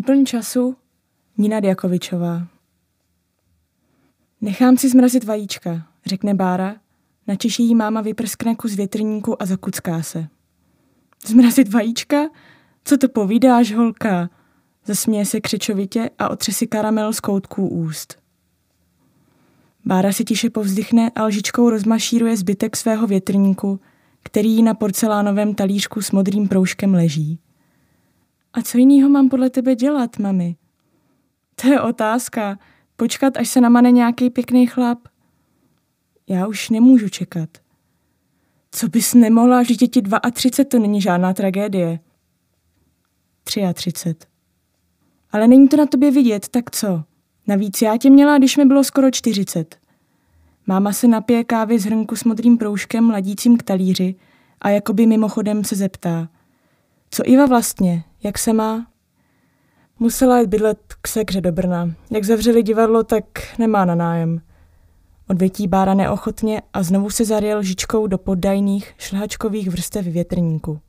Plň času, Nina Djakovičová. Nechám si zmrazit vajíčka, řekne Bára, načež jí máma vyprskne kus větrníku a zakucká se. Zmrazit vajíčka? Co to povídáš, holka? Zasměje se křečovitě a otře si karamel z koutků úst. Bára si tiše povzdychne a lžičkou rozmašíruje zbytek svého větrníku, který jí na porcelánovém talířku s modrým proužkem leží. A co jinýho mám podle tebe dělat, mami? To je otázka. Počkat, až se namane nějaký pěkný chlap? Já už nemůžu čekat. Co bys nemohla, že ti 32, to není žádná tragédie. 33. Ale není to na tobě vidět, tak co? Navíc já tě měla, když mi bylo skoro 40. Máma se napije kávy z hrnku s modrým proužkem ladícím k talíři a jakoby mimochodem se zeptá. Co Iva vlastně? Jak se má? Musela jít bydlet k sekře do Brna. Jak zavřeli divadlo, tak nemá na nájem. Odvětí Bára neochotně a znovu se zaryl lžičkou do poddajných, šlehačkových vrstev větrníku.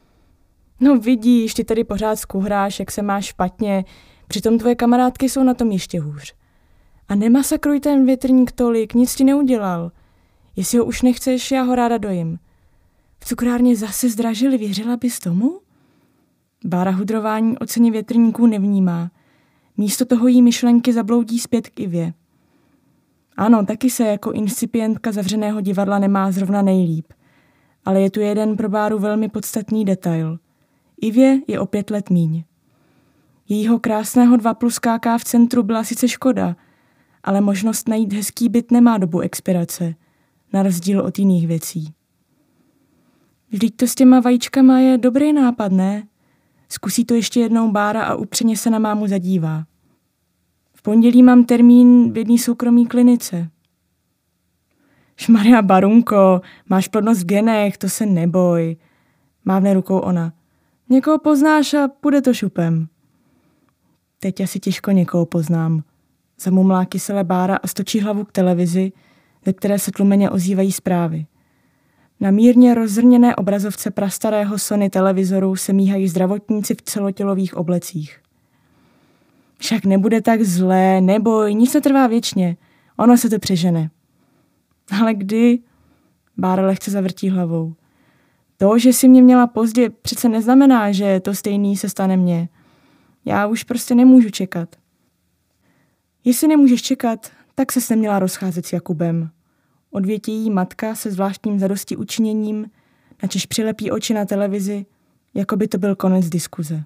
No vidíš, ty tady pořád skuhráš, jak se máš špatně, přitom tvoje kamarádky jsou na tom ještě hůř. A nemasakruj ten větrník tolik, nic ti neudělal. Jestli ho už nechceš, já ho ráda dojím. V cukrárně zase zdražili, věřila bys tomu? Bára hudrování o ceně větrníků nevnímá. Místo toho jí myšlenky zabloudí zpět k Ivě. Ano, taky se jako incipientka zavřeného divadla nemá zrovna nejlíp. Ale je tu jeden pro Báru velmi podstatný detail. Ivě je o 5 let míň. Jejího krásného 2+ KK v centru byla sice škoda, ale možnost najít hezký byt nemá dobu expirace, na rozdíl od jiných věcí. Vždyť to s těma vajíčkama je dobrý nápad, ne? Zkusí to ještě jednou Bára a upřeně se na mámu zadívá. V pondělí mám termín v jedné soukromé klinice. Šmarja Barunko, máš plodnost v genech, to se neboj. Mávne rukou ona. Někoho poznáš a půjde to šupem. Teď asi těžko někoho poznám. Zamumlá kysele Bára a stočí hlavu k televizi, ze které se tlumeně ozývají zprávy. Na mírně rozrněné obrazovce prastarého Sony televizoru se míhají zdravotníci v celotělových oblecích. Však nebude tak zlé, neboj, nic netrvá věčně. Ono se to přežene. Ale kdy? Bára lehce zavrtí hlavou. To, že jsi mě měla pozdě, přece neznamená, že to stejný se stane mně. Já už prostě nemůžu čekat. Jestli nemůžeš čekat, tak ses neměla rozcházet s Jakubem. Odvětí jí matka se zvláštním zadosti učiněním, načež přilepí oči na televizi, jako by to byl konec diskuze.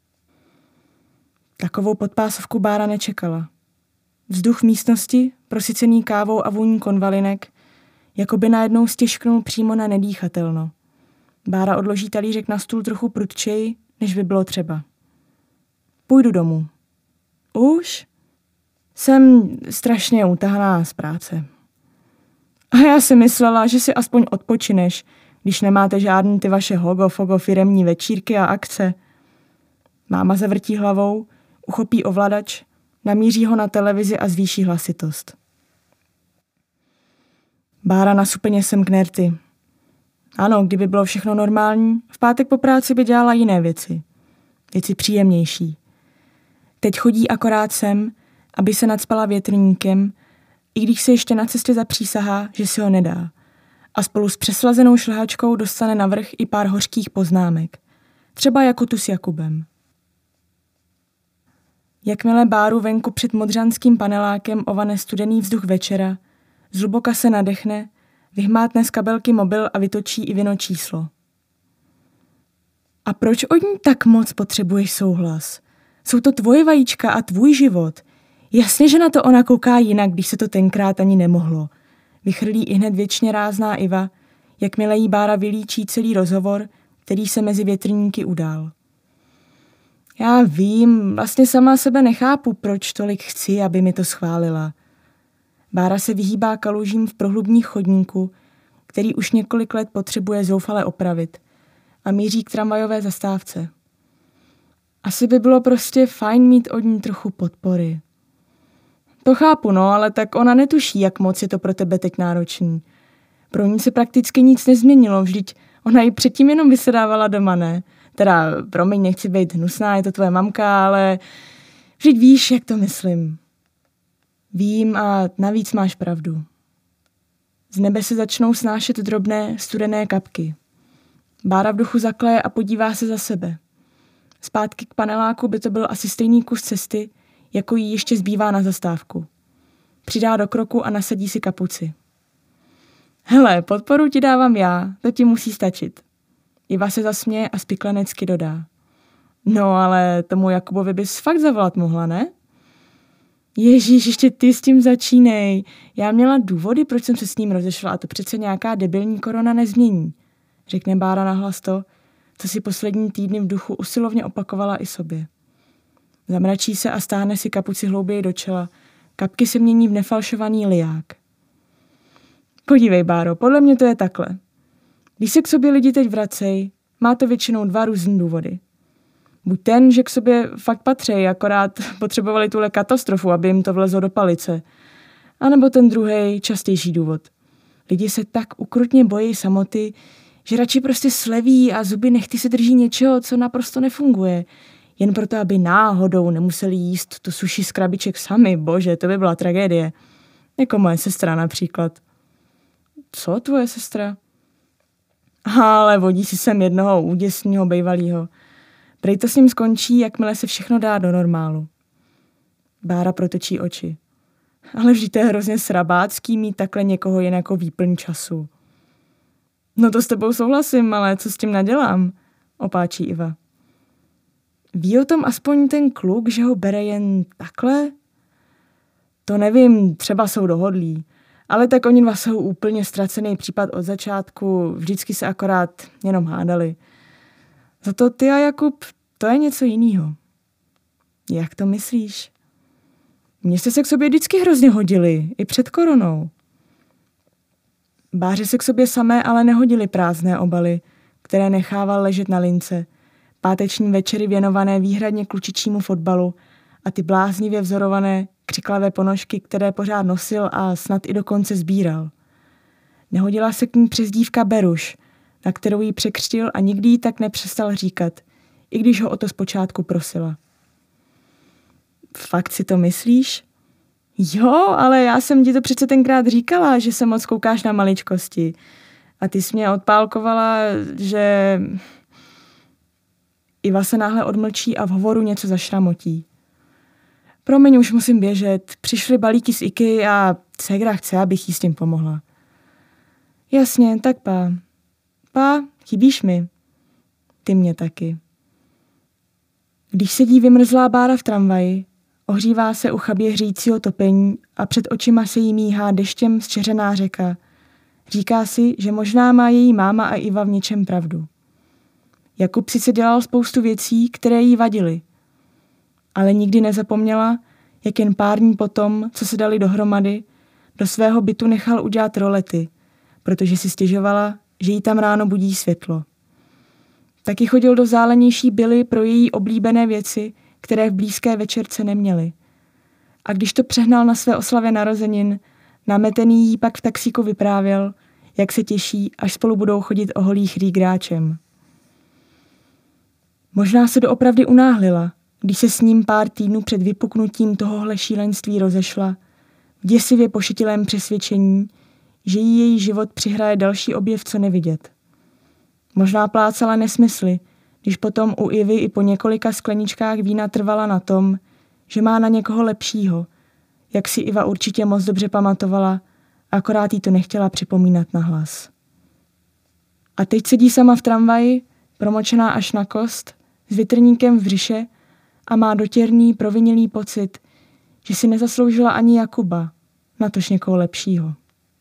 Takovou podpásovku Bára nečekala. Vzduch v místnosti, prosycený kávou a vůní konvalinek, jako by najednou stěžknul přímo na nedýchatelno. Bára odloží talířek na stůl trochu prudčeji, než by bylo třeba. Půjdu domů. Už? Jsem strašně utahaná z práce. A já si myslela, že si aspoň odpočineš, když nemáte žádný ty vaše hogo-fogo firemní večírky a akce. Máma zavrtí hlavou, uchopí ovladač, namíří ho na televizi a zvýší hlasitost. Bára nasupeně semkne rty. Ano, kdyby bylo všechno normální, v pátek po práci by dělala jiné věci. Věci příjemnější. Teď chodí akorát sem, aby se nacpala větrníkem, i když se ještě na cestě zapřísahá, že si ho nedá. A spolu s přeslazenou šlehačkou dostane navrch i pár hořkých poznámek. Třeba jako tu s Jakubem. Jakmile Báru venku před modřanským panelákem ovane studený vzduch večera, zhluboka se nadechne, vyhmátne z kabelky mobil a vytočí Ivino číslo. A proč od ní tak moc potřebuješ souhlas? Jsou to tvoje vajíčka a tvůj život. Jasně, že na to ona kouká jinak, když se to tenkrát ani nemohlo. Vychrlí ihned věčně rázná Iva, jakmile jí Bára vylíčí celý rozhovor, který se mezi větrníky udál. Já vím, vlastně sama sebe nechápu, proč tolik chci, aby mi to schválila. Bára se vyhýbá kalužím v prohlubních chodníku, který už několik let potřebuje zoufale opravit, a míří k tramvajové zastávce. Asi by bylo prostě fajn mít od ní trochu podpory. To chápu, no, ale tak ona netuší, jak moc je to pro tebe teď náročný. Pro ní se prakticky nic nezměnilo, vždyť ona ji předtím jenom vysedávala doma, ne? Teda, promiň, nechci být hnusná, je to tvoje mamka, ale vždyť víš, jak to myslím. Vím a navíc máš pravdu. Z nebe se začnou snášet drobné, studené kapky. Bára v duchu zakleje a podívá se za sebe. Zpátky k paneláku by to byl asi stejný kus cesty, jako jí ještě zbývá na zastávku. Přidá do kroku a nasadí si kapuci. Hele, podporu ti dávám já, to ti musí stačit. Iva se zasměje a spiklenecky dodá. No ale tomu Jakubovi bys fakt zavolat mohla, ne? Ježíš, ještě ty s tím začínej. Já měla důvody, proč jsem se s ním rozešla a to přece nějaká debilní korona nezmění. Řekne Bára nahlas to, co si poslední týdny v duchu usilovně opakovala i sobě. Zamračí se a stáhne si kapuci hlouběji do čela. Kapky se mění v nefalšovaný liák. Podívej, Báro, podle mě to je takhle. Když se k sobě lidi teď vracej, má to většinou 2 různé důvody. Buď ten, že k sobě fakt patří, akorát potřebovali tuhle katastrofu, aby jim to vlezlo do palice. A nebo ten druhej, častější důvod. Lidi se tak ukrutně bojí samoty, že radši prostě sleví a zuby nechty se drží něčeho, co naprosto nefunguje. Jen proto, aby náhodou nemuseli jíst tu suši z krabiček sami. Bože, to by byla tragédie. Jako moje sestra například. Co tvoje sestra? Ale vodí si sem jednoho úděsního bejvalýho. Prej to s ním skončí, jakmile se všechno dá do normálu. Bára protočí oči. Ale vždyť to je hrozně srabácký mít takhle někoho jen jako výplň času. No to s tebou souhlasím, ale co s tím nadělám? Opáčí Iva. Ví o tom aspoň ten kluk, že ho bere jen takhle? To nevím, třeba jsou dohodlí. Ale tak oni 2 jsou úplně ztracený případ od začátku, vždycky se akorát jenom hádali. Za to ty a Jakub, to je něco jinýho. Jak to myslíš? Mně jste se k sobě vždycky hrozně hodili, i před koronou. Báře se k sobě samé ale nehodily prázdné obaly, které nechával ležet na lince, páteční večery věnované výhradně klučičímu fotbalu a ty bláznivě vzorované křiklavé ponožky, které pořád nosil a snad i dokonce sbíral. Nehodila se k ní přezdívka Beruš, na kterou jí překřtil a nikdy jí tak nepřestal říkat, i když ho o to zpočátku prosila. Fakt si to myslíš? Jo, ale já jsem ti to přece tenkrát říkala, že se moc koukáš na maličkosti. A ty jsi mě odpálkovala, že... Iva se náhle odmlčí a v hovoru něco zašramotí. Promiň, už musím běžet. Přišly balíky z IKEA a ségra chce, abych jí s tím pomohla. Jasně, tak pá. Pá, chybíš mi. Ty mě taky. Když sedí vymrzlá Bára v tramvaji, ohřívá se u chabě hříjícího topení a před očima se jí míhá deštěm zčeřená řeka. Říká si, že možná má její máma a Iva v něčem pravdu. Jakub sice dělal spoustu věcí, které jí vadily, ale nikdy nezapomněla, jak jen pár dní potom, co se dali dohromady, do svého bytu nechal udělat rolety, protože si stěžovala, že jí tam ráno budí světlo. Taky chodil do vzdálenější byly pro její oblíbené věci, které v blízké večerce neměly. A když to přehnal na své oslavě narozenin, nametený jí pak v taxíku vyprávěl, jak se těší, až spolu budou chodit o holých rýgráčem. Možná se doopravdy unáhlila, když se s ním pár týdnů před vypuknutím tohohle šílenství rozešla, v děsivě pošetilém přesvědčení, že jí její život přihraje další objev, co nevidět. Možná plácala nesmysly, když potom u Ivy i po několika skleničkách vína trvala na tom, že má na někoho lepšího, jak si Iva určitě moc dobře pamatovala, akorát jí to nechtěla připomínat nahlas. A teď sedí sama v tramvaji, promočená až na kost, s větrníkem v břiše a má dotěrný, provinilý pocit, že si nezasloužila ani Jakuba, natož někoho lepšího.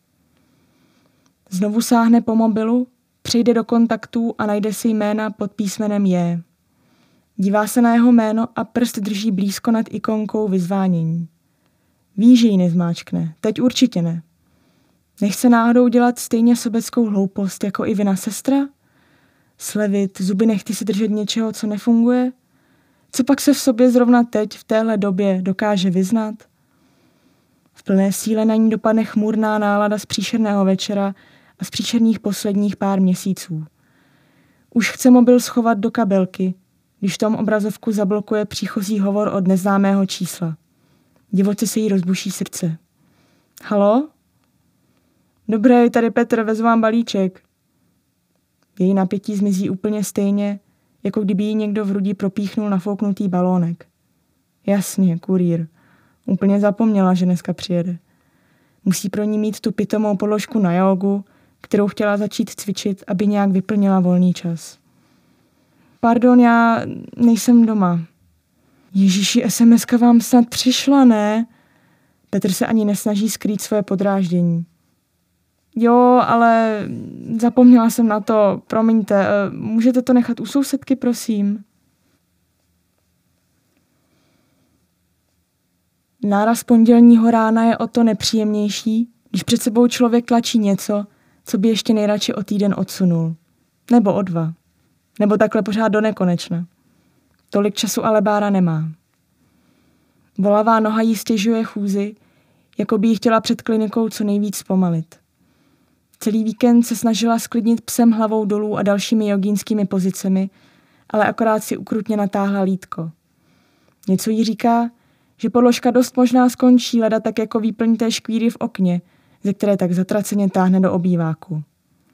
Znovu sáhne po mobilu, přejde do kontaktů a najde si jména pod písmenem J. Dívá se na jeho jméno a prst drží blízko nad ikonkou vyzvánění. Ví, že ji nezmáčkne, teď určitě ne. Nechce náhodou dělat stejně sobeckou hloupost jako i vina sestra? Slevit, zuby nechty si držet něčeho, co nefunguje? Co pak se v sobě zrovna teď, v téhle době, dokáže vyznat? V plné síle na ní dopadne chmurná nálada z příšerného večera a z příšerných posledních pár měsíců. Už chce mobil schovat do kabelky, když tom obrazovku zablokuje příchozí hovor od neznámého čísla. Divoce se jí rozbuší srdce. Halo? Dobré, tady Petr, vezu vám balíček. Její napětí zmizí úplně stejně, jako kdyby jí někdo v hrudi propíchnul nafouknutý balónek. Jasně, kurýr. Úplně zapomněla, že dneska přijede. Musí pro ní mít tu pitomou podložku na jógu, kterou chtěla začít cvičit, aby nějak vyplnila volný čas. Pardon, já nejsem doma. Ježíši, SMS-ka vám snad přišla, ne? Petr se ani nesnaží skrýt svoje podráždění. Jo, ale zapomněla jsem na to, promiňte, můžete to nechat u sousedky, prosím? Náraz pondělního rána je o to nepříjemnější, když před sebou člověk tlačí něco, co by ještě nejradši o týden odsunul. Nebo o 2. Nebo takhle pořád do nekonečna. Tolik času ale Bára nemá. Bolavá noha jí stěžuje chůzi, jako by jí chtěla před klinikou co nejvíc zpomalit. Celý víkend se snažila sklidnit psem hlavou dolů a dalšími jogínskými pozicemi, ale akorát si ukrutně natáhla lítko. Něco jí říká, že podložka dost možná skončí leda tak jako výplň té škvíry v okně, ze které tak zatraceně táhne do obýváku.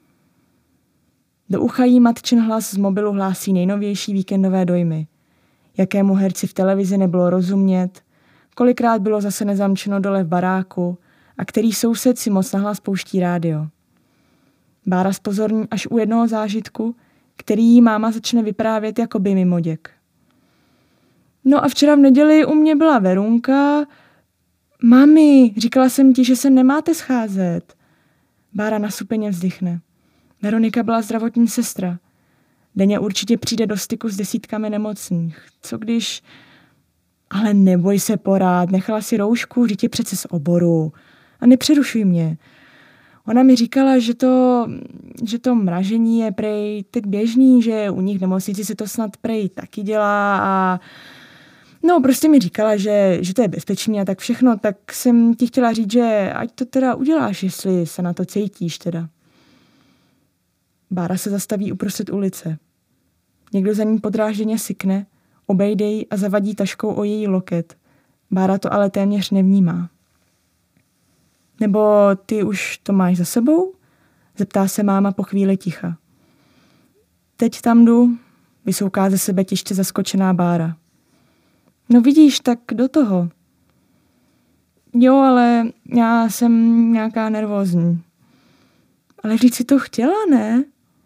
Do ucha jí matčin hlas z mobilu hlásí nejnovější víkendové dojmy. Jakému herci v televizi nebylo rozumět, kolikrát bylo zase nezamčeno dole v baráku a který soused si moc nahlas pouští rádio. Bára zpozorní až u jednoho zážitku, který jí máma začne vyprávět jako by mimoděk. No a včera v neděli u mě byla Verunka. Mami, říkala jsem ti, že se nemáte scházet. Bára nasupeně vzdychne. Veronika byla zdravotní sestra. Denně určitě přijde do styku s desítkami nemocných. Co když... Ale neboj se porád, nechala si roušku, vždyť je přece z oboru. A nepřerušuj mě. Ona mi říkala, že to mražení je prej teď běžný, že u nich v nemocnici se to snad prej taky dělá a... No, prostě mi říkala, že to je bezpečný a tak všechno, tak jsem ti chtěla říct, že ať to teda uděláš, jestli se na to cítíš teda. Bára se zastaví uprostřed ulice. Někdo za ní podrážděně sykne, obejde ji a zavadí taškou o její loket. Bára to ale téměř nevnímá. Nebo ty už to máš za sebou? Zeptá se máma po chvíli ticha. Teď tam jdu, vysouká ze sebe těžce zaskočená Bára. No vidíš, tak do toho. Jo, ale já jsem nějaká nervózní. Ale vždyť si to chtěla, ne?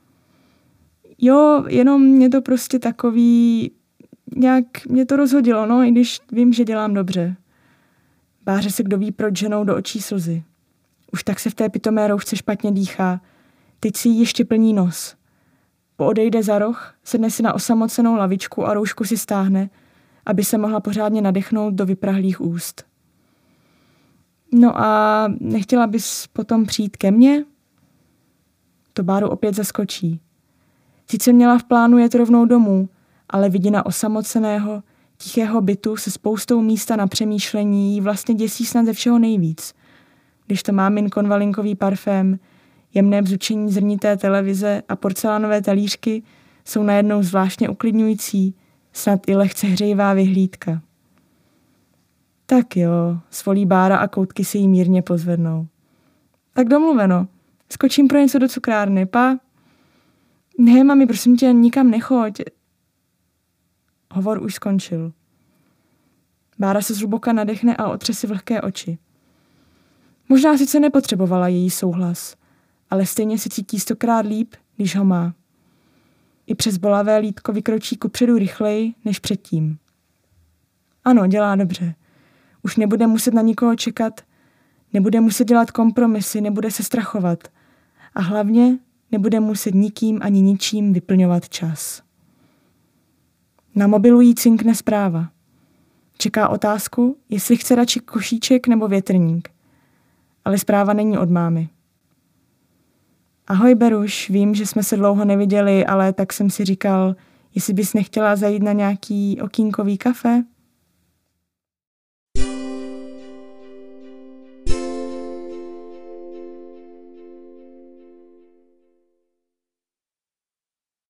Jo, jenom mě to prostě takový... Nějak mě to rozhodilo, no, i když vím, že dělám dobře. Báře se kdo ví proč ženou do očí slzy. Už tak se v té pitomé roušce špatně dýchá. Teď si jí ještě plní nos. Poodejde za roh, sedne si na osamocenou lavičku a roušku si stáhne, aby se mohla pořádně nadechnout do vyprahlých úst. No a nechtěla bys potom přijít ke mně? To Báru opět zaskočí. Sice měla v plánu jet rovnou domů, ale vidina osamoceného, tichého bytu se spoustou místa na přemýšlení jí vlastně děsí snad ze všeho nejvíc. Když to mámin konvalinkový parfém, jemné bzučení zrnité televize a porcelánové talířky jsou najednou zvláštně uklidňující, snad i lehce hřejivá vyhlídka. Tak jo, svolí Bára a koutky se jí mírně pozvednou. Tak domluveno, skočím pro něco do cukrárny, pa? Ne, mami, prosím tě, nikam nechoď. Hovor už skončil. Bára se zhluboka nadechne a otře si vlhké oči. Možná sice nepotřebovala její souhlas, ale stejně se cítí 100krát líp, když ho má. I přes bolavé lítko vykročí kupředu rychleji než předtím. Ano, dělá dobře. Už nebude muset na nikoho čekat, nebude muset dělat kompromisy, nebude se strachovat. A hlavně nebude muset nikým ani ničím vyplňovat čas. Na mobilu jí cinkne zpráva. Čeká otázku, jestli chce radši košíček nebo větrník. Ale zpráva není od mámy. Ahoj Beruš, vím, že jsme se dlouho neviděli, ale tak jsem si říkal, jestli bys nechtěla zajít na nějaký okýnkový kafe?